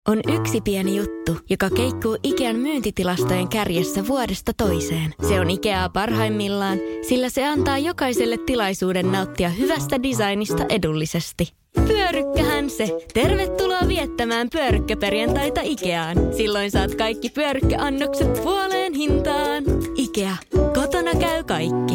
On yksi pieni juttu, joka keikkuu Ikean myyntitilastojen kärjessä vuodesta toiseen. Se on Ikeaa parhaimmillaan, sillä se antaa jokaiselle tilaisuuden nauttia hyvästä designista edullisesti. Pyörykkähän se! Tervetuloa viettämään pyörykkäperjantaita Ikeaan. Silloin saat kaikki pyörykkäannokset puoleen hintaan. Ikea. Kotona käy kaikki.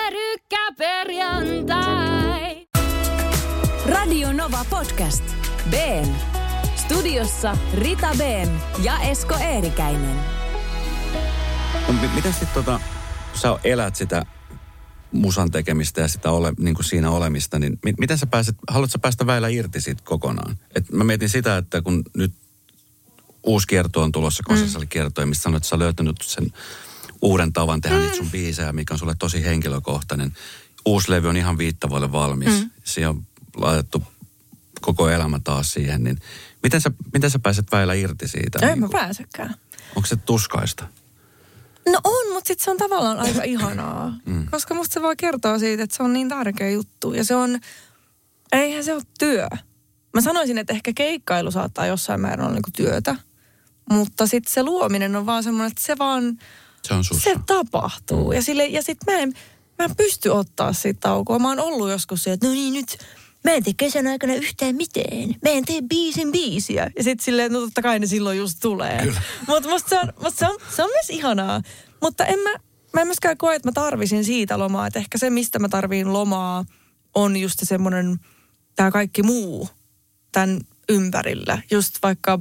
Pyörykkäperjantai! Radio Nova Podcast. BM. Studiossa Rita BM ja Esko Eerikäinen. Miten sitten kun sä elät sitä musan tekemistä ja sitä niin kuin siinä olemista, niin miten sä haluatko päästä väillä irti siitä kokonaan? Et mä mietin sitä, että kun nyt uusi kierto on tulossa, Kosasali-kierto, mistä sanoit, että sä oot löytänyt sen uuden tavan tehdä niitä sun biisejä, mikä on sulle tosi henkilökohtainen. Uusi levy on ihan 5 vuoden valmis. Siihen on laitettu koko elämä taas siihen, niin miten sä pääset väillä irti siitä? Ei mä pääsekään. Onko se tuskaista? No on, mutta sitten se on tavallaan aika ihanaa. Koska musta se vaan kertoo siitä, että se on niin tärkeä juttu. Ja se on, eihän se ole työ. Mä sanoisin, että ehkä keikkailu saattaa jossain määrin olla niinku työtä. Mutta sitten se luominen on vaan semmoinen, että se vaan, se tapahtuu. Ja sitten mä en pysty ottaa siitä taukoa. Mä oon ollut joskus se, että no niin nyt, mä en tee kesän aikana yhtään mitään. Mä en tee biisiä. Ja sitten silleen, no totta kai ne silloin just tulee. Mutta se on myös ihanaa. Mutta mä en myöskään koe, että mä tarvisin siitä lomaa. Että ehkä se, mistä mä tarviin lomaa, on just semmoinen, tää kaikki muu tämän ympärillä. Just vaikka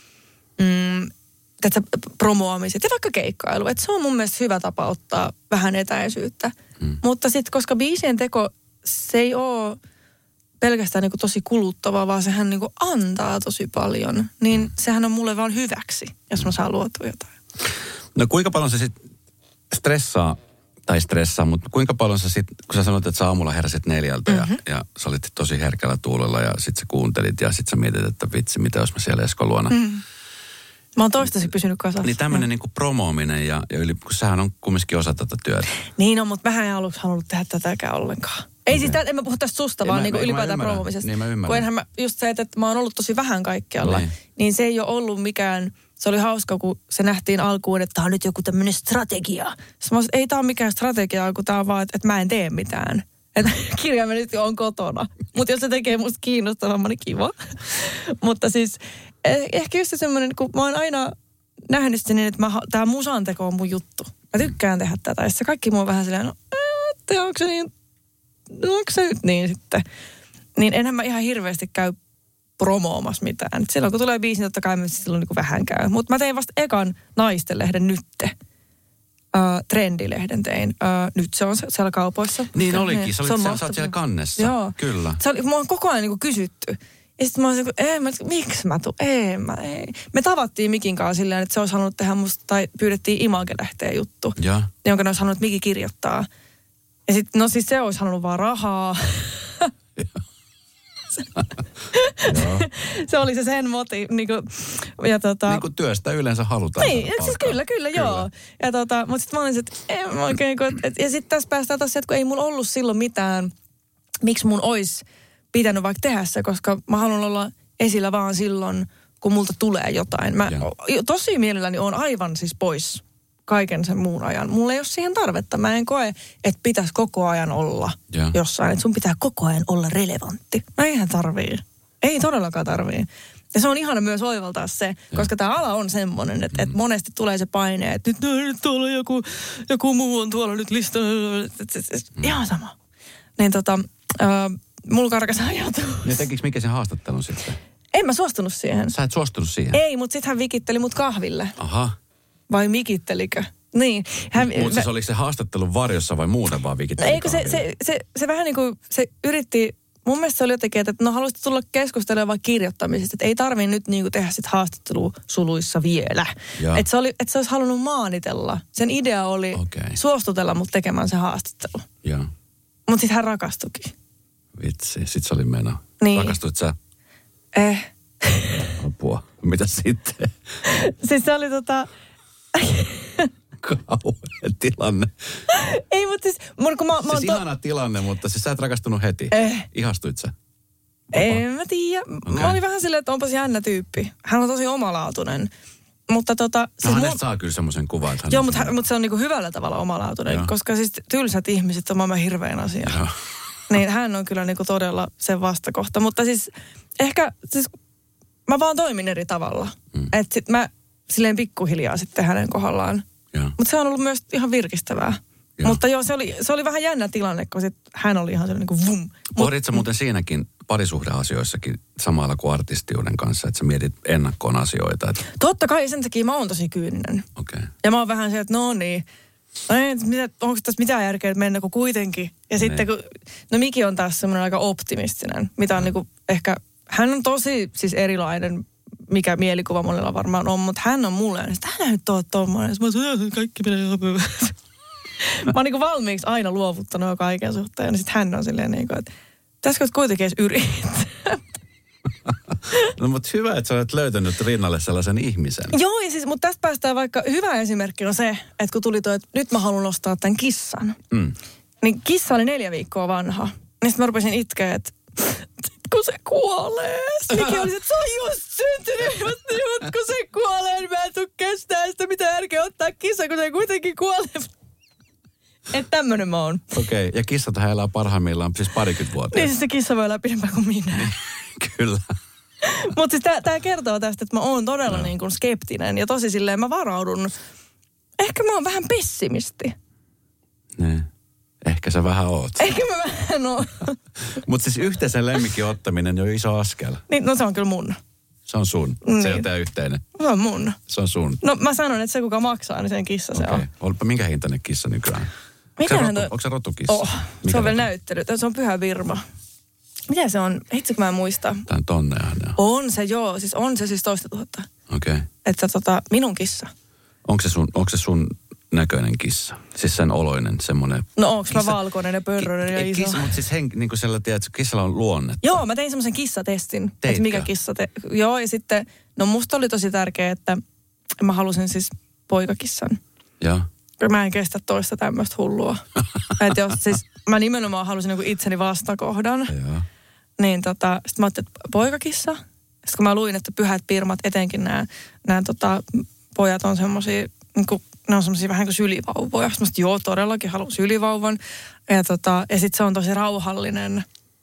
promoamiset ja vaikka keikkailu. Että se on mun mielestä hyvä tapa ottaa vähän etäisyyttä. Mutta sitten, koska biisien teko, se ei ole pelkästään niin kuin tosi kuluttavaa, vaan sehän niin kuin antaa tosi paljon. Niin sehän on mulle vaan hyväksi, jos mä saan luotua jotain. No kuinka paljon se sitten stressaa, mutta kuinka paljon sä sitten, kun sä sanoit, että sä aamulla heräsit 4 ja sä olit tosi herkällä tuulella ja sit sä kuuntelit ja sit sä mietit, että vitsi, mitä jos mä siellä Eskon luona. Mä oon toistaiseksi pysynyt kasassa. Niin tämmöinen niinku promoominen ja kun sehän on kumminkin osa tätä työtä. Niin on, mutta mähän en aluksi halunnut tehdä tätäkään ollenkaan. Ei siis, en mä puhu tästä susta, vaan niinku ylipäätään promoomisesta. Niin mä ymmärrän. Kun enhän just se, että mä oon ollut tosi vähän kaikkialla, niin se ei ole ollut mikään, se oli hauska, kun se nähtiin alkuun, että tää on nyt joku tämmöinen strategia. Sitten mä olisin, ei tää ole mikään strategia, kun tää on vaan, että mä en tee mitään. Että kirjaimellisesti on kotona. Mutta jos se tekee musta kiinnostavamman, niin kiva. Mutta siis ehkä just semmoinen, kun mä oon aina nähnyt sen niin, että tää musanteko on mun juttu. Mä tykkään tehdä tätä. Ja se kaikki muu on vähän silleen, onko se nyt niin sitten? Niin enhän mä ihan hirveästi käy promoomassa mitään. Et silloin kun tulee biisi, totta kai mä silloin niin vähän käy. Mutta mä tein vasta ekan naistenlehden nytte. Trendilehden nyt se on siellä kaupoissa. Niin olikin, sä oot siellä kannessa. Joo. Kyllä. Mua on koko ajan niin kysytty. Ja sitten mä olisin, miksi mä tuun? Ei. Me tavattiin Mikin kanssa silleen, että se olisi halunnut tehdä musta, tai pyydettiin Image-lehteen juttu. Ja. Jonka ne olisi halunnut, että Miki kirjoittaa. Ja sitten, no siis se olisi halunnut vaan rahaa. Se oli se sen moti. Niin kuin työstä yleensä halutaan. Niin, siis kyllä, joo. Ja mutta sitten mä olin, että en mä oikein, ja sitten tässä päästään taas, että kun ei mulla ollut silloin mitään, miksi mun olisi pitänyt vaikka tehdä se, koska mä haluan olla esillä vaan silloin, kun multa tulee jotain. Mä tosi mielelläni on aivan siis pois kaiken sen muun ajan. Mulla ei ole siihen tarvetta. Mä en koe, että pitäisi koko ajan olla jossain. Että sun pitää koko ajan olla relevantti. Mä eihän tarvii. Ei todellakaan tarvii. Ja se on ihana myös oivaltaa se, koska tämä ala on semmoinen, että monesti tulee se paine, että nyt tuolla joku muu on tuolla nyt listalla. Ihan sama. Niin mulla karkas ajatus. Ja tekikö Miki sen haastattelun sitten? En mä suostunut siihen. Sä et suostunut siihen? Ei, mutta sitten hän vikitteli mut kahville. Aha. Vai mikittelikö? Niin. Mutta siis oliko se haastattelun varjossa vai muuten vaan vikitteli? Eikö se vähän niin kuin, se yritti, mun mielestä se oli jotenkin, että no haluaisit tulla keskustelemaan vaan kirjoittamisesta, että ei tarvitse nyt niin kuin tehdä sit haastattelua suluissa vielä. Että se olisi halunnut maanitella. Sen idea oli suostutella mut tekemään se haastattelu. Joo. Mutta sitten hän rakastuikin. Vitsi, sit se oli meno. Niin. Rakastuit sä? Apua. Mitä sitten? Siis se oli kauhean tilanne. Ei, mutta siis... Siis ihana tilanne, mutta siis sä et rakastunut heti. Ihastuit sä? En mä tiedä. Okay. Mä olin vähän silleen, että onpas jännä tyyppi. Hän on tosi omalaatuinen. Mutta siis hänessä saa kyllä semmoisen kuvan. Että joo, mutta se on niinku hyvällä tavalla omalaatuinen, joo. Koska siis tylsät ihmiset on maailman hirveän asia. Joo. Niin hän on kyllä niinku todella sen vastakohta. Mutta siis ehkä, mä vaan toimin eri tavalla. Että sit mä silleen pikkuhiljaa sitten hänen kohdallaan. Mutta se on ollut myös ihan virkistävää. Joo. Mutta joo, se oli vähän jännä tilanne, kun sit hän oli ihan sellainen niin kuin vum. Pohdit sä muuten siinäkin parisuhdeasioissakin samalla kuin artistiuden kanssa, että sä mietit ennakkoon asioita? Että... Totta kai, sen takia mä oon tosi kyyninen. Okay. Ja mä oon vähän se, että no niin, onko tässä mitään järkeä mennä, kun kuitenkin. Ja sitten kun, no Miki on taas semmoinen aika optimistinen, mitä on niinku ehkä, hän on tosi siis erilainen, mikä mielikuva monella varmaan on, mutta hän on mulle, että hän nyt on tommoinen. Mä oon, kaikki menee ihan hyvä. Mä oon niinku valmiiksi aina luovuttanut jo kaiken suhteen. Ja sitten hän on silleen niinku, että pitäisikö kuitenkin edes yrittää. No mutta hyvä, että sä olet löytänyt rinnalle sellaisen ihmisen. Joo, ja siis, mutta tästä päästään vaikka, hyvä esimerkki on se, että kun tuli että nyt mä haluan ostaa tämän kissan. Niin kissa oli 4 viikkoa vanha. Niin sitten mä rupesin itkeä, että kun se kuolee. Mikä oli se, että se on just syntynyt. Mutta kun se kuolee, niin mä en tule kestää sitä, mitä järkeä ottaa kissa, kun se kuitenkin kuolee. Että tämmönen mä oon. Okei, ja kissathan elää parhaimmillaan siis 20 vuotta. Niin siis se kissa voi elää pidempään kuin minä. Niin, kyllä. Mutta siis tää kertoo tästä, että mä oon todella niin kuin skeptinen ja tosi silleen mä varaudun. Ehkä mä oon vähän pessimisti. Niin. Ehkä sä vähän oot. Ehkä mä vähän oon. Mutta siis yhteisen lemmikin ottaminen on jo iso askel. Niin, no se on kyllä mun. Se on sun. Niin. Se on tää yhteinen. Se on mun. Se on sun. No mä sanon, että se kuka maksaa, niin sen kissa se on. Olipa minkä hintainen kissa nykyään? Onko se rotukissa? Se on vielä näyttely. Se on Pyhä Virma. Mitä se on? Itse kun mä en muista. Tää on tonneja. On se, joo. Siis on se siis 2 000. Okei. Okay. Että minun kissa. Onko se sun näköinen kissa? Siis sen oloinen semmoinen. No onks mä valkoinen ja pörröinen ja iso? Kissa, mutta siis niin kuin sellainen, että kissalla on luonnetta. Joo, mä tein semmoisen kissatestin. Että mikä kissa joo, ja sitten, no musta oli tosi tärkeää, että mä halusin siis poikakissan. Joo. Mä en kestä toista tämmöistä hullua. Että jos siis, mä nimenomaan halusin niinku itseni vastakohdan. Joo. Niin sit mä ajattelin, että poikakissa. Sitten kun mä luin, että Pyhät Pirmat, etenkin nämä pojat on semmosia, niinku, ne on semmosia vähän kuin sylivauvoja. Sitten mä joo, todellakin haluan sylivauvan. Ja sit se on tosi rauhallinen.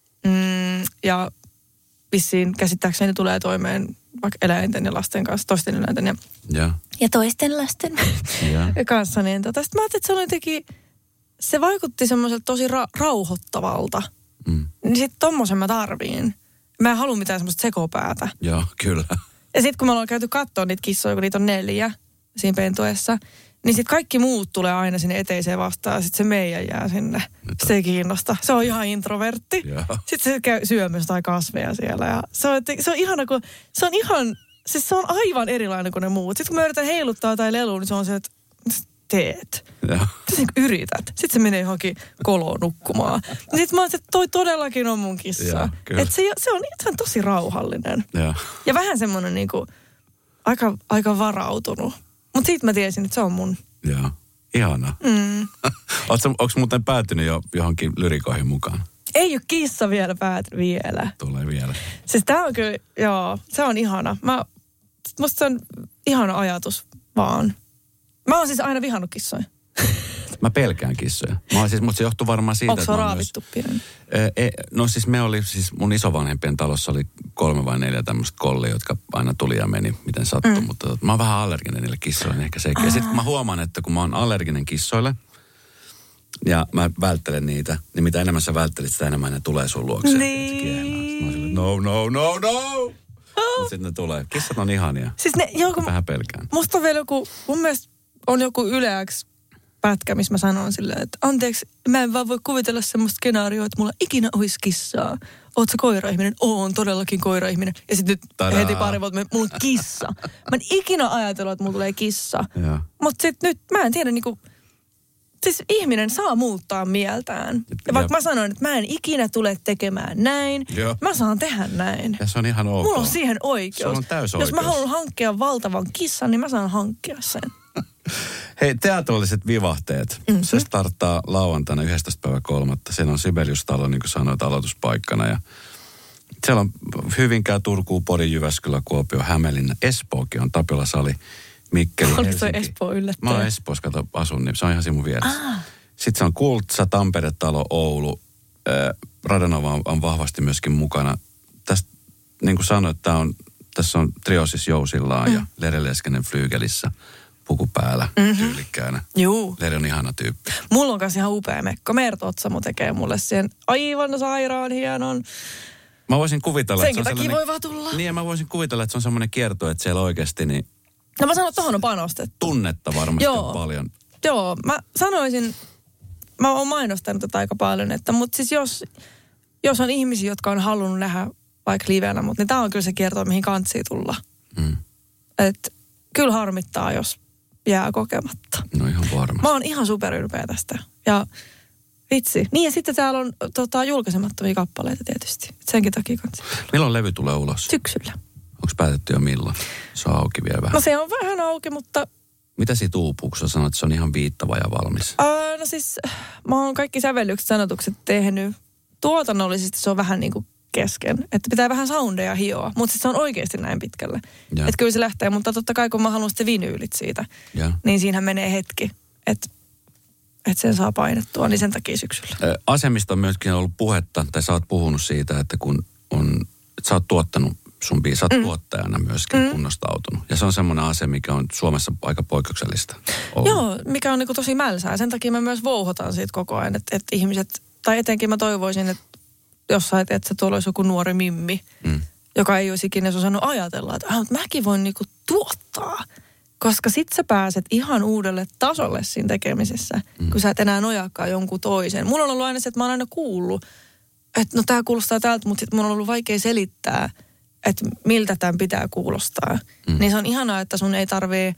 Ja vissiin käsittääkseni tulee toimeen vaikka eläinten ja lasten kanssa, toisten eläinten ja toisten lasten kanssa. Niin sitten mä ajattelin, että se oli jotenkin, se vaikutti semmoiselta tosi rauhoittavalta. Niin sit tommosen mä tarviin. Mä en halua mitään semmoista sekopäätä. Joo, kyllä. Ja sit kun me ollaan käyty katsoa niitä kissoja, kun niitä on 4 siinä pentuessa, niin sit kaikki muut tulee aina sinne eteiseen vastaan ja sit se meidän jää sinne. Se ei kiinnosta. Se on ihan introvertti. Sitten se käy syömässä tai kasveja siellä. Ja se on ihana, kun se on ihan, siis se on aivan erilainen kuin ne muut. Sitten kun mä yritän heiluttaa tai lelua, niin se on se, että teet. Sä yrität. Sitten se menee johonkin koloon nukkumaan. Sitten mä oon, että toi todellakin on mun kissa. Että se on tosi rauhallinen. Ja vähän semmoinen niinku aika varautunut. Mutta siitä mä tiesin, että se on mun. Joo, ihana. Onko muuten päätynyt jo johonkin lyrikoihin mukaan? Ei ole kissa vielä päätynyt vielä. Tulee vielä. Siis tää on kyllä, joo, se on ihana. Musta se on ihana ajatus vaan. Mä oon siis aina vihannut kissoja. Mä pelkään kissoja. Mutta se johtuu varmaan siitä, onko se raavittu pienen? No siis mun isovanhempien talossa oli 3 vai 4 tämmöistä kollia, jotka aina tuli ja meni, miten sattui. Mutta mä oon vähän allerginen niille kissoille, niin ehkä sekin. Ja sitten kun mä huomaan, että kun mä oon allerginen kissoille ja mä välttelen niitä, niin mitä enemmän sä välttelit, sitä enemmän ne tulee sun luokseen. Niin. Mä oon silleen, no. Mutta sitten ne tulee. Kissat on ihania. Siis vähän pelkään. Musta on vielä mun mielestä on joku Yle X pätkä, missä mä sanon silleen, että anteeksi, mä en vaan voi kuvitella semmoista skenaarioa, että mulla ikinä olisi kissaa. Oot sä koiraihminen? Oon todellakin koiraihminen. Ja sitten nyt heti pari vuotta, mulla on kissa. Mä en ikinä ajatellut, että mulla tulee kissa. Mutta sitten nyt, mä en tiedä niinku, siis ihminen saa muuttaa mieltään. Ja vaikka mä sanoin, että mä en ikinä tule tekemään näin, mä saan tehdä näin. Ja se on ihan ok. Mulla on siihen oikeus. Se on täysoikeus. Jos mä haluan hankkia valtavan kissan, niin mä saan hankkia sen. Hei, teatralliset vivahteet. Se starttaa lauantaina 11.3. Siinä on Sibelius-talo, niin kuin sanoit, aloituspaikkana. Ja Siellä on Hyvinkää, Turku, Pori, Jyväskylä, Kuopio, Hämeenlinna, Espookin on Tapiola-sali, Mikkeli, Oliko Helsinki. se Espoo yllättäen? Mä oon Espoossa, kato, asun, niin se on ihan siinä mun vieressä. Sitten se on Kultsa, Tampere-talo, Oulu. Radanova on vahvasti myöskin mukana. Tästä, niin kuin sanoin, tässä on Triosis Jousillaan ja Lere Leskinen Flygelissä puku päällä tyylikkäänä. Juu. Lere on ihana tyyppi. Mulla on kanssa ihan upea mekko. Mert Otsamo tekee mulle sen aivan sairaan hienon. Mä voisin kuvitella, Senkin takia voi vaan tulla. Niin, ja mä voisin kuvitella, että se on semmoinen kierto, että siellä oikeasti niin No mä sanon, että tohon on panostettu. tunnetta varmasti on paljon. Joo, mä sanoisin, mä oon mainostanut tätä aika paljon, että mutta siis jos on ihmisiä, jotka on halunnut nähdä vaikka livenä, mutta niin tää on kyllä se kierto, mihin kantsii tulla. Että kyllä harmittaa, jos jää kokematta. No ihan varmasti. Mä oon ihan superylpeä tästä. Ja vitsi. Niin ja sitten täällä on julkaisemattomia kappaleita tietysti. Senkin takia kanssa. Milloin levy tulee ulos? Syksyllä. Onko päätetty jo milloin? Se on auki vielä vähän. No se on vähän auki, mutta... Mitä siitä uupuu, kun sä sanoit, että se on ihan viittava ja valmis? No siis mä oon kaikki sävellykset, sanotukset tehnyt. Tuotannollisesti se on vähän niin kuin kesken. Että pitää vähän soundeja hioa. Mutta siis se on oikeasti näin pitkälle. Että kyllä se lähtee, mutta totta kai kun mä haluan sitten vinyylit siitä, niin siinähän menee hetki. Että sen saa painettua, niin sen takia syksyllä. Asemista on myöskin ollut puhetta, tai sä oot puhunut siitä, että kun sä oot tuottanut sun biisi, sä oot tuottajana myöskin kunnostautunut. Ja se on semmoinen ase, mikä on Suomessa aika poikkeuksellista ollut. Joo, mikä on niin kuin tosi mälsää. Sen takia mä myös vouhotan siitä koko ajan, että ihmiset, tai etenkin mä toivoisin, että jossain, että tuolla olisi joku nuori mimmi, joka ei olisi ikinä osannut ajatella, että mäkin voin niinku tuottaa. Koska sit sä pääset ihan uudelle tasolle siinä tekemisessä, kun sä et enää nojaakaan jonkun toisen. Mulla on ollut aina se, että mä oon aina kuullut, että no tää kuulostaa tältä, mutta sit mun on ollut vaikea selittää, että miltä tämän pitää kuulostaa. Niin se on ihanaa, että sun ei tarvii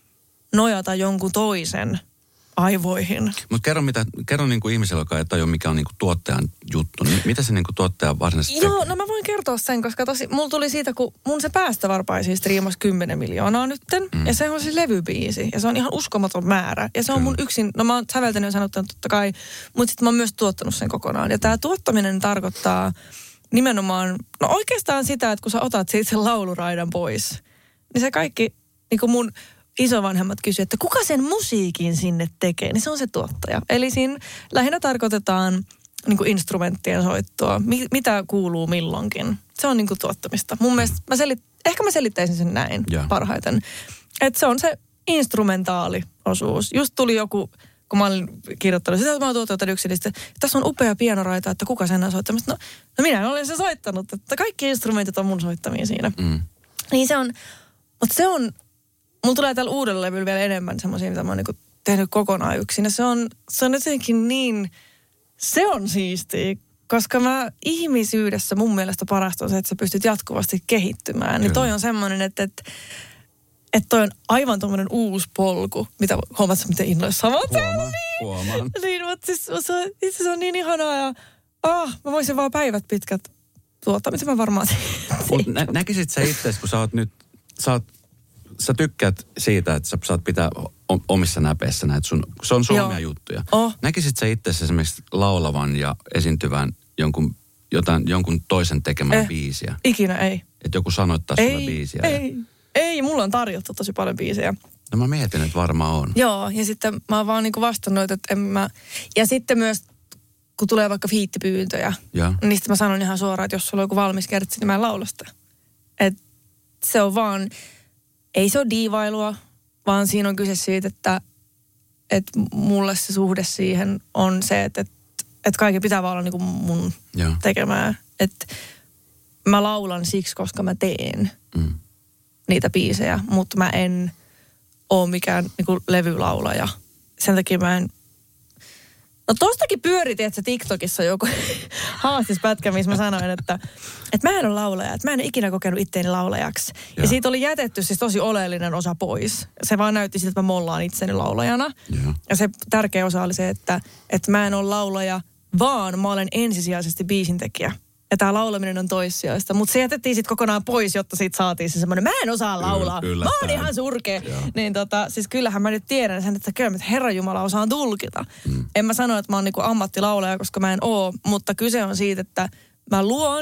nojata jonkun toisen aivoihin. Mutta kerro niin kuin ihmiselle, joka ei tajua, mikä on niin kuin tuottajan juttu. Niin mitä se niin kuin tuottaja varsinaisesti tekee? Joo, no mä voin kertoa sen, koska mulla tuli siitä, kun mun se Päästävarpaisiin striimasi 10 miljoonaa nytten. Ja se on siis levybiisi. Ja se on ihan uskomaton määrä. Ja se on mun yksin, no mä oon säveltänyt ja sanottanut totta kai, mutta sitten mä oon myös tuottanut sen kokonaan. Ja tää tuottaminen tarkoittaa nimenomaan, no oikeastaan sitä, että kun sä otat siitä sen lauluraidan pois, niin se kaikki, niin kuin mun isovanhemmat kysyivät, että kuka sen musiikin sinne tekee, niin se on se tuottaja. Eli siinä lähinnä tarkoitetaan niin kuin instrumenttien soittoa, mitä kuuluu milloinkin. Se on niin kuin tuottamista. Mun mielestä ehkä mä selittäisin sen näin parhaiten. Että se on se instrumentaaliosuus. Just tuli joku, kun mä olin kirjoittanut sitä, että mä oon tuottanut yksin, niin tässä on upea pianoraita, että kuka sen on soittanut. No minä olen se soittanut, että kaikki instrumentit on mun soittamia siinä. Niin se on, mutta se on, mulla tulee tällä uudella levyllä vielä enemmän semmoisia, mitä mä oon niinku tehnyt kokonaan yksin. Ja se on jotenkin niin, se on siistiä, koska ihmisyydessä mun mielestä parasta on se, että sä pystyt jatkuvasti kehittymään. Niin toi on semmoinen, että toi on aivan tommoinen uusi polku, mitä huomaat, miten innoissaan mä oon täällä. Huomaan. Niin, mutta siis itse se on niin ihanaa ja mä voisin vaan päivät pitkät tuottaa, mitä mä varmaan teen. Näkisit sä itse, kun sä oot nyt, sä tykkäät siitä, että sä saat pitää omissa näpeissä näitä se on sun omia juttuja. Näkisit sä itse esimerkiksi laulavan ja esiintyvän jonkun toisen tekemään biisiä? Ikinä ei. Että joku sanoittaa sulle biisiä? Ei, mulla on tarjottu tosi paljon biisejä. No mä mietin, että varmaan on. Joo, ja sitten mä oon vaan niinku vastannut, että en mä. Ja sitten myös, kun tulee vaikka fiittipyyntöjä, niin sitten mä sanon ihan suoraan, että jos sulla on joku valmis kertsi, niin mä en laula sitä. Että se on vaan, ei se ole diivailua, vaan siinä on kyse siitä, että mulle se suhde siihen on se, että kaikki pitää vaan olla niinku mun tekemää. Että mä laulan siksi, koska mä teen niitä biisejä, mutta mä en ole mikään niinku levylaulaja. Sen takia mä en. No tostakin pyöritin, että se TikTokissa joku haastispätkä, missä mä sanoin, että mä en ole laulaja, että mä en ole ikinä kokenut itteeni laulajaksi. Ja siitä oli jätetty siis tosi oleellinen osa pois. Se vaan näytti siltä, että mä mollaan itseni laulajana. Ja se tärkeä osa oli se, että mä en ole laulaja, vaan mä olen ensisijaisesti biisintekijä. Ja tää laulaminen on toissijaista. Mutta se jätettiin sitten kokonaan pois, jotta siitä saatiin se semmoinen, mä en osaa laulaa. Mä oon ihan surkea. Niin siis kyllähän mä nyt tiedän sen, että kyllä Herranjumala osaan tulkita. En mä sano, että mä oon niinku ammattilaulaja, koska mä en oo. Mutta kyse on siitä, että mä luon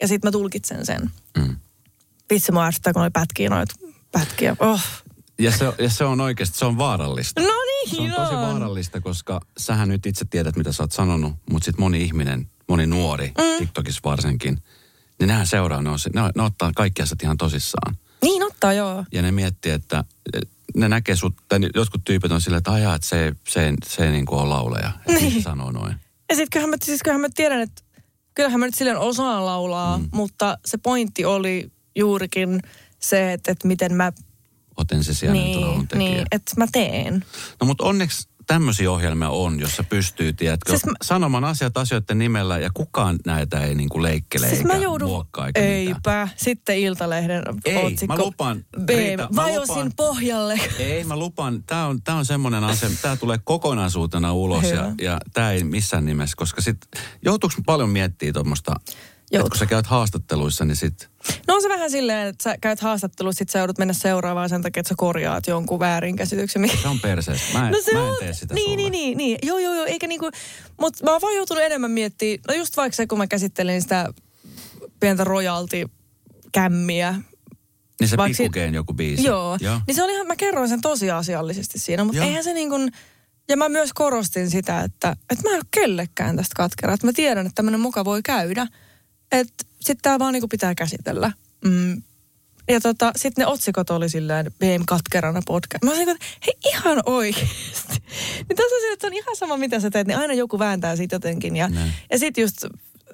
ja sitten mä tulkitsen sen. Vitsi, mä ärsyttää, kun oli pätkiä. Oh. Ja se on oikeasti, se on vaarallista. No niin, se on tosi vaarallista, koska sähän nyt itse tiedät, mitä sä oot sanonut, mutta sitten moni ihminen, moni nuori, TikTokissa varsinkin, niin nehän seuraa, ne ottaa kaikki asiat ihan tosissaan. Niin ottaa, joo. Ja ne miettii, että ne näkee sut, tai jotkut tyypit on silleen, että ajaa, että se ei niin kuin ole lauleja. Että niin. Se sanoo noin. Ja sitten kyllähän mä tiedän, että kyllähän mä nyt silleen osaan laulaa, mutta se pointti oli juurikin se, että miten mä... Oten se siellä laulun tekijä. Niin, että mä teen. No mutta onneksi tämmöisiä ohjelmia on, jossa pystyy, tiedätkö, sanomaan asioiden nimellä ja kukaan näitä ei niinku leikkele siis eikä muokkaa eikä eipä. mitään. Sitten Iltalehden otsikko. Mä lupaan. Vajosin pohjalle. Ei, mä lupaan. Tää on semmoinen asia, tää tulee kokonaisuutena ulos ja tää ei missään nimessä, koska sit joutuuko paljon miettiä tuommoista, että kun sä käyt haastatteluissa, niin sit... No on se vähän silleen, että sä käyt haastattelussa, sit sä joudut mennä seuraavaan sen takia, että sä korjaat jonkun väärinkäsityksen. Se on perseestä. Mä en tee sitä sulle. Niin. Joo, eikä niinku... Mutta mä oon vaan joutunut enemmän miettimään, no just vaikka se, kun mä käsittelin sitä pientä royalty-kämmiä. Niin se Pikkukeen joku biisi. Joo. Niin se oli ihan, mä kerroin sen tosiasiallisesti siinä, mutta eihän se niin kuin... Ja mä myös korostin sitä, että mä en ole kellekään tästä katkeraa. Että mä tiedän, että tämmöinen muka voi käydä. Että sitten tää vaan niinku pitää käsitellä. Ja sitten ne otsikot oli silleen BM katkerana podcast. Mä olisin, että hei ihan oikeesti. Niin tässä on että se on ihan sama mitä sä teet, niin aina joku vääntää siitä jotenkin. Ja sitten just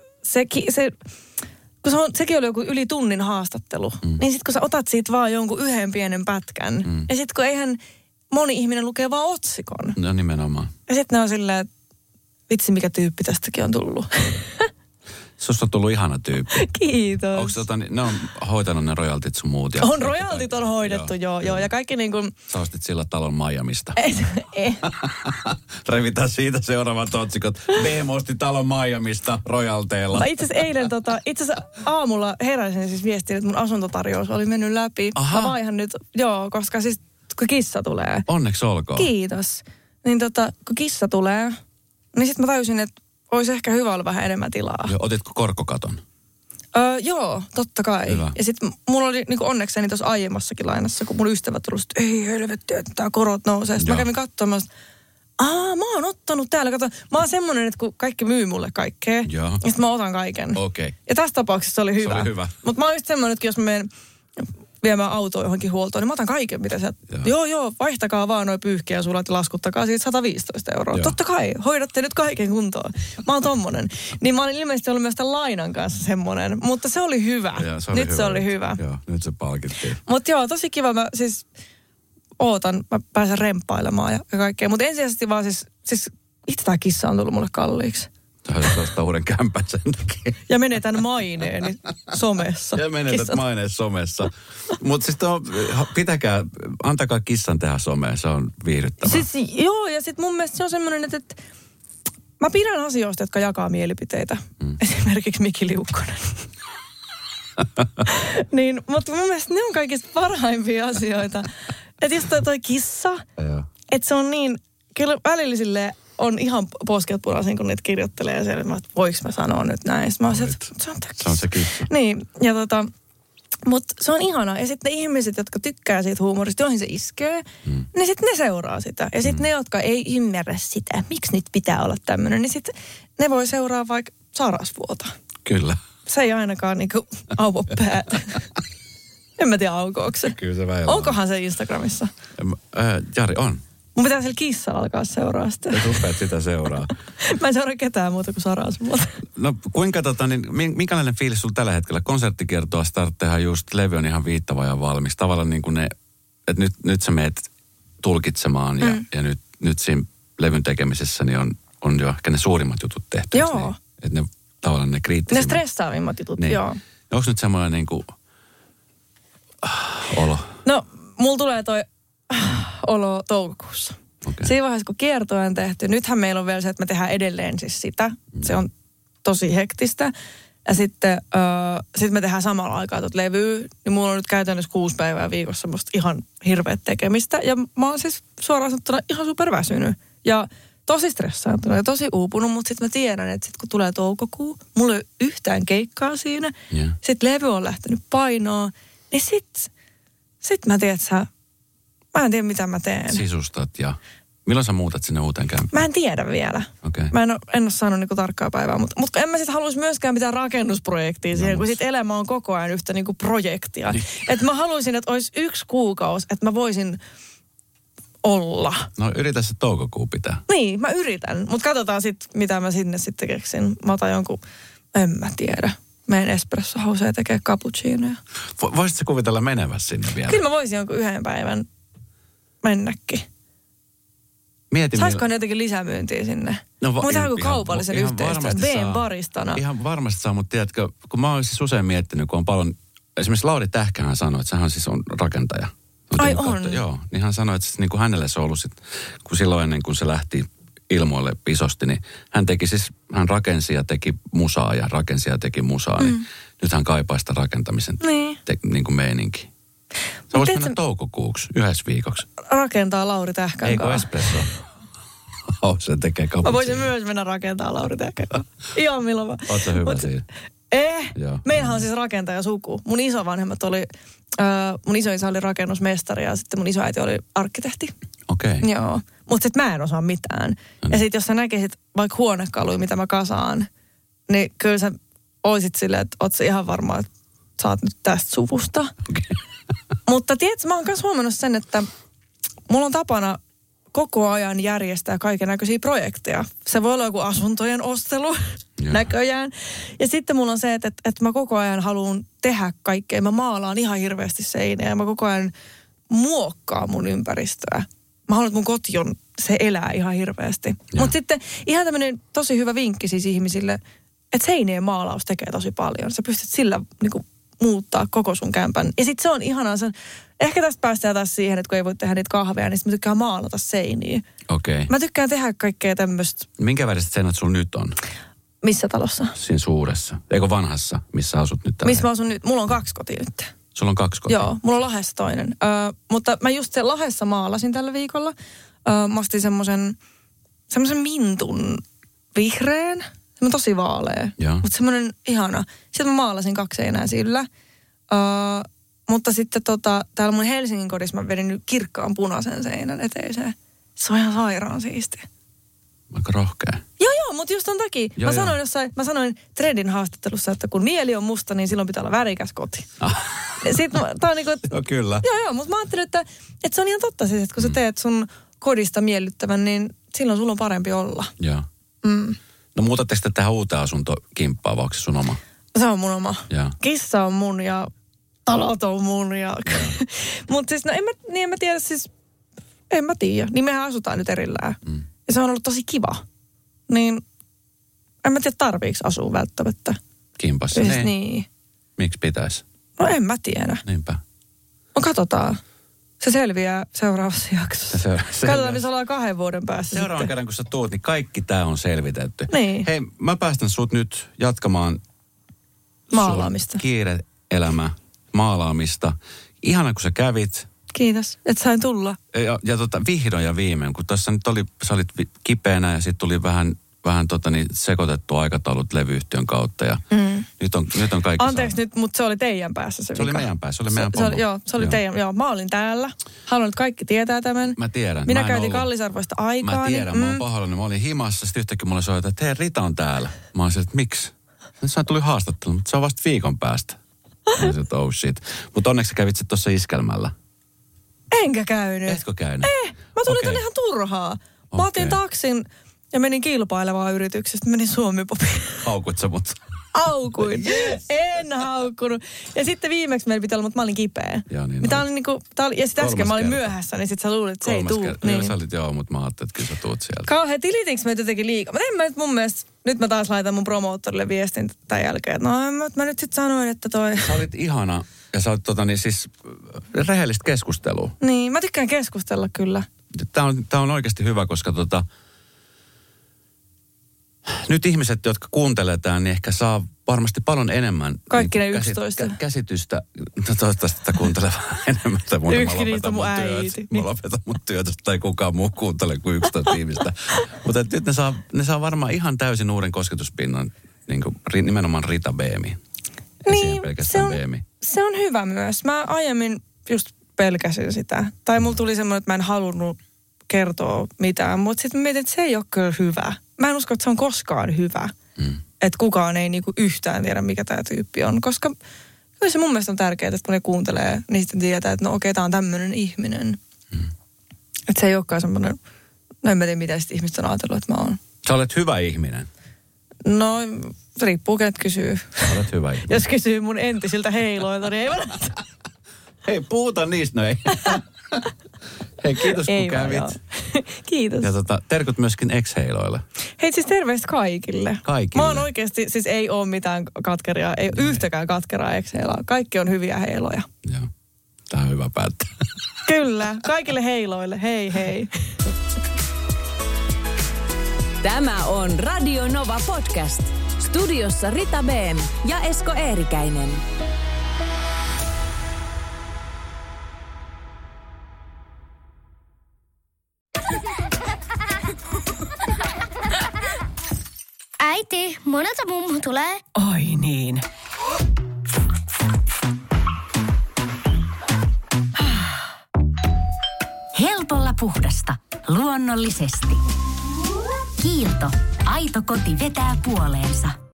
kun sekin oli joku yli tunnin haastattelu, niin sitten kun sä otat siitä vaan jonkun yhden pienen pätkän, ja sitten kun eihän moni ihminen lukee vaan otsikon. No nimenomaan. Ja sitten ne on silleen, että vitsi mikä tyyppi tästäkin on tullut. Susta on tullut ihana tyyppi. Kiitos. Onko ne on hoitanut ne royaltit sun muut? Royaltit on hoidettu, joo. Ja kaikki niin kuin... Sä ostit sillä talon Miamista. Ei. Revitään siitä seuraavat otsikot. BM osti talon Miamista royalteilla. Mä itse asiassa aamulla heräsin siis viestiin, että mun asuntotarjous oli mennyt läpi. Aha. Mä vaihan nyt, koska siis kun kissa tulee. Onneksi olkoon. Kiitos. Niin kun kissa tulee, niin sit mä tajusin, että olisi ehkä hyvä olla vähän enemmän tilaa. Joo, otitko korkokaton? Joo, totta kai. Hyvä. Ja sitten mulla oli niin onnekseni tuossa aiemmassakin lainassa, kun mun ystävät tullut, että ei helvetti, että tää korot nousee. Sitten mä kävin katsomaan, että mä oon ottanut täällä. Kato, mä oon semmonen, että kun kaikki myy mulle kaikkea, ja sitten mä otan kaiken. Okei. Ja tässä tapauksessa se oli hyvä. Se oli hyvä. Mutta mä oon just semmonen, että jos mä menen viemään autoa johonkin huoltoon, niin mä otan kaiken, mitä sieltä... Joo, vaihtakaa vaan noi pyyhkiäsulat ja laskuttakaa siitä 115 €. Joo. Totta kai, hoidatte nyt kaiken kuntoon. Mä oon tommonen. Niin mä olin ilmeisesti ollut myös tämän lainan kanssa semmonen, mutta se oli hyvä. Se oli hyvä. Joo, nyt se palkittiin. Mutta joo, tosi kiva. Mä siis mä pääsen remppailemaan ja kaikkea. Mutta ensisijaisesti vaan siis itse tää kissa on tullut mulle kalliiksi. Tästä uuden kämpän sen takia. Ja menetän maineeni somessa. Ja menetät maineen somessa. Mutta siis antakaa kissan tehdä somea, se on viihdyttävää. Siis joo, ja sitten mun mielestä se on semmoinen, että mä pidän asioista, jotka jakaa mielipiteitä. Esimerkiksi Miki Liukkonen. Niin, mutta mun mielestä ne on kaikista parhaimpia asioita. Että just toi kissa, että se on niin, kyllä välillä silleen, on ihan posket punaisen, kun niitä kirjoittelee siellä, että voiko mä sanoa nyt näin. Mä olisin, että se on se kissa. Niin, ja mutta se on ihanaa. Ja sitten ne ihmiset, jotka tykkää siitä huumorista, joihin se iskee, niin sitten ne seuraa sitä. Ja sitten ne, jotka ei ymmärrä sitä, miksi nyt pitää olla tämmöinen, niin sitten ne voi seuraa vaikka Sarasvuota. Kyllä. Se ei ainakaan niinku auvo päätä. En mä tiedä, aukoako se. Kyllä se väillä. Onkohan se Instagramissa? Jari, on. Mun pitää siellä kissalla alkaa seuraa sitä. Ja rupeat sitä seuraa. Mä en seuraa ketään muuta kuin Sarasvuota. No kuinka minkälainen fiilis sulla tällä hetkellä? Konserttikiertoa starttehan just, levy on ihan viittavajan valmis. Tavallaan niin kuin ne, että nyt sä meet tulkitsemaan ja nyt siinä levyn tekemisessä niin on jo ehkä ne suurimmat jutut tehty. Joo. Niin, että ne tavallaan ne kriittisimmät. Ne stressaavimmat jutut, niin. joo. Onko nyt semmoinen niin kuin olo? No, mulla tulee toi olo toukokuussa. Okay. Siinä vaiheessa, kun kiertoa on tehty, nythän meillä on vielä se, että me tehdään edelleen siis sitä. Se on tosi hektistä. Ja sitten me tehdään samalla aikaa tuota levyä. Niin mulla on nyt käytännössä 6 päivää viikossa semmoista ihan hirveät tekemistä. Ja mä oon siis suoraan sanottuna ihan superväsynyt. Ja tosi stressaantunut ja tosi uupunut, mutta sitten mä tiedän, että sit kun tulee toukokuu, mulla ei ole yhtään keikkaa siinä. Yeah. Sitten levy on lähtenyt painoon, niin sit mä tiedän, että mä en tiedä mitä mä teen. Sisustat ja milloin sä muutat sinne uuteen kämpään? Mä en tiedä vielä. Okay. Mä en ole saanut niinku tarkkaa päivää, mutta en mä sit haluaisi myöskään mitään rakennusprojektia siihen, kun sit elämä on koko ajan yhtä niinku projektia. Että mä haluaisin, että olisi 1 kuukausi, että mä voisin olla. No yritä se toukokuu pitää. Niin, mä yritän. Mutta katsotaan sitten, mitä mä sinne sitten keksin. Mä otan jonkun, en mä tiedä. Menen espressohauseen tekee cappuccinoja. Voisitko kuvitella menevässä sinne vielä? Kyllä mä voisin jonkun 1 päivän mennäkin. Mietin, saisiko ne jotenkin lisämyyntiä sinne? No, mutta joku kaupallisen yhteistyön. BM baristana. Ihan varmasti saa, mutta tiedätkö, kun mä oon siis usein miettinyt, kun on paljon, esimerkiksi Lauri Tähkähän sanoi, että sehän siis on rakentaja. Ai on? Joo, niin hän sanoi, että niin kuin hänelle se on ollut sit, kun silloin ennen kuin se lähti ilmoille isosti, niin hän rakensi ja teki musaa ja rakensi ja teki musaa, niin nyt hän kaipaa sitä rakentamisen niin kuin meininki. Sä voisit mennä toukokuuksi, 1 viikoksi. Rakentaa Lauri Tähkän Eikö espresso? Se tekee cappuccino. Mä voisin myös mennä rakentaa Lauri Tähkän kanssa. Ihan milloin vaan. Oot sä hyvä siinä? Meillähän on siis rakentajasuku. Mun isovanhemmat oli, mun isoisä oli rakennusmestari ja sitten mun isoäiti oli arkkitehti. Okei. Okay. Joo, mutta sitten mä en osaa mitään. No. Ja sitten jos sä näkisit vaikka huonekaluja, mitä mä kasaan, niin kyllä sä oisit silleen, että oot sä ihan varma, että sä oot nyt tästä suvusta. Okay. Mutta tiedätkö, mä oon myös huomannut sen, että mulla on tapana koko ajan järjestää kaiken näköisiä projekteja. Se voi olla joku asuntojen ostelu näköjään. Ja sitten mulla on se, että mä koko ajan haluan tehdä kaikkea. Mä maalaan ihan hirveästi seiniä ja mä koko ajan muokkaan mun ympäristöä. Mä haluan, että mun koti on, se elää ihan hirveästi. Mutta sitten ihan tämmöinen tosi hyvä vinkki siis ihmisille, että seinien maalaus tekee tosi paljon. Sä pystyt sillä niinku muuttaa koko sun kämpän. Ja sitten se on ihanaa. Ehkä tästä päästään taas siihen, että kun ei voi tehdä niitä kahveja, niin sitten mä tykkään maalata seiniä. Okei. Okay. Mä tykkään tehdä kaikkea tämmöistä. Minkä väriset seinät sulla nyt on? Missä talossa? Siinä suuressa. Eikö vanhassa, missä asut nyt tällä? Missä mä asun nyt? Mulla on 2 kotia nyt. Sulla on 2 kotia? Joo, mulla on Lahdessa toinen. Mutta mä just sen Lahdessa maalasin tällä viikolla. Mä ostin semmoisen mintun vihreän. Se on tosi vaalea, mutta semmoinen ihana. Sitten mä maalasin 2 seinää sillä. Mutta sitten täällä mun Helsingin kodissa mä vedin nyt kirkkaan punaisen seinän eteiseen. Se on ihan sairaan siistiä. Aika rohkea. Joo, mutta just ton takia. Mä sanoin Trendin haastattelussa, että kun mieli on musta, niin silloin pitää olla värikäs koti. Sitten tää on niinku... No kyllä. Joo, mutta mä ajattelin, että se on ihan totta siis, että kun sä teet sun kodista miellyttävän, niin silloin sulla on parempi olla. Joo. No muutatteko te tähän uuteen asuntokimppaan, vai onko se sun oma? Se on mun oma. Ja. Kissa on mun ja talot on mun ja... Mutta siis, en mä tiedä siis... En mä tiedä. Niin mehän asutaan nyt erillään. Ja se on ollut tosi kiva. Niin en mä tiedä, tarviiko asua välttämättä. Kimpassa? Niin. Miksi pitäisi? No en mä tiedä. Niinpä. No katsotaan. Se selviää seuraavassa jaksossa. Katsotaan, niin se ollaan 2 vuoden päässä. Seuraavan kerran, kun sä tuut, niin kaikki tää on selvitetty. Niin. Hei, mä päästän sut nyt jatkamaan maalaamista. Kiire-elämä, maalaamista. Ihana, kun sä kävit. Kiitos, että sain tulla. Ja vihdoin ja viimein, kun tässä nyt sä olit kipeänä ja sitten tuli vähän sekoitettu aikataulut levyyhtiön kautta ja nyt on kaikki. Anteeksi nyt, mutta se oli teidän päässä se vika. Se oli meidän päässä, se oli meidän pomo. Se oli teidän, mä olin täällä. Haluan, että kaikki tietää tämän. Mä tiedän. Minä käytin kallisarvoista aikaa. Mä tiedän, mä oon pahoillani, mä olin himassa, sitten yhtäkkiä mulle soittaa, että hei, Rita on täällä. Mä olin että miksi? Nyt sä tuli haastattelu, mutta se on vasta viikon päästä. Mä olin että oh shit. Mutta onneksi sä kävit sitten tuossa iskelmällä. Enkä käynyt. Etkö käynyt? Mä tulin tänne ihan turhaa. Mä otin taksin ja menin kilpailevaan yrityksestä. Menin Suomi-popiin. Haukut sä mut? Haukuin. Yes. En haukkunut. Ja sitten viimeksi meillä pitää olla, mutta mä olin kipeä. Ja niin ja sitten äsken mä olin myöhässä, niin sitten sä luulit, että se ei tuu. Niin. Sä olit mutta mä ajattelin, että kyllä sä tuut sieltä. Kauhean, tilitinkö me jotenkin liikaa? Mutta en mä nyt mun mielestä, nyt mä taas laitan mun promoottorille viestin tämän jälkeen, että mä nyt sitten sanoin, että Sä olit ihana ja sä olit siis rehellistä keskustelua. Niin, mä tykkään keskustella kyllä. Tää on oikeasti hyvä, koska nyt ihmiset, jotka kuunteletaan, niin ehkä saa varmasti paljon enemmän kaikki ne 11. Käsitystä. Toivottavasti sitä kuuntelee enemmän. Yksi niistä on mun äiti. Mä lopetan mun työtä, tai kukaan muu kuuntele kuin 11 ihmistä. Mutta nyt ne saa varmaan ihan täysin uuden kosketuspinnan, niin kuin nimenomaan Rita Beemi. Niin, se on hyvä myös. Mä aiemmin just pelkäsin sitä. Tai mulla tuli semmoinen, että mä en halunnut kertoa mitään. Mutta sitten mietin, että se ei ole kyllä hyvä. Mä en usko, että se on koskaan hyvä. Että kukaan ei niinku yhtään tiedä, mikä tämä tyyppi on. Koska kyllä se mun mielestä on tärkeää, että kun ne kuuntelee, niin sitten tietää, että no okei, tää on tämmöinen ihminen. Että se ei olekaan semmoinen, no en mä tiedä, mitä sitten ihmiset on ajatellut, että mä oon. Sä olet hyvä ihminen. No, riippuu, kenet kysyy. Sä olet hyvä ihminen. Jos kysyy mun entisiltä heiloilta, niin ei välttämättä. Hei, puhuta niistä, no ei. Hei, kiitos kun kävit. Kiitos. Ja terkut myöskin ex-heiloille. Hei, siis terveistä kaikille. Kaikille. Mä oon oikeasti, siis ei ole mitään katkeria, ei yhtäkään katkeraa ex-heiloa. Kaikki on hyviä heiloja. Joo, tää on hyvä päättää. Kyllä, kaikille heiloille, hei hei. Tämä on Radio Nova Podcast. Studiossa Rita Beem ja Esko Eerikäinen. Äiti, monelta mummu tulee? Oi niin. Helpolla puhdasta. Luonnollisesti. Kiilto. Aito koti vetää puoleensa.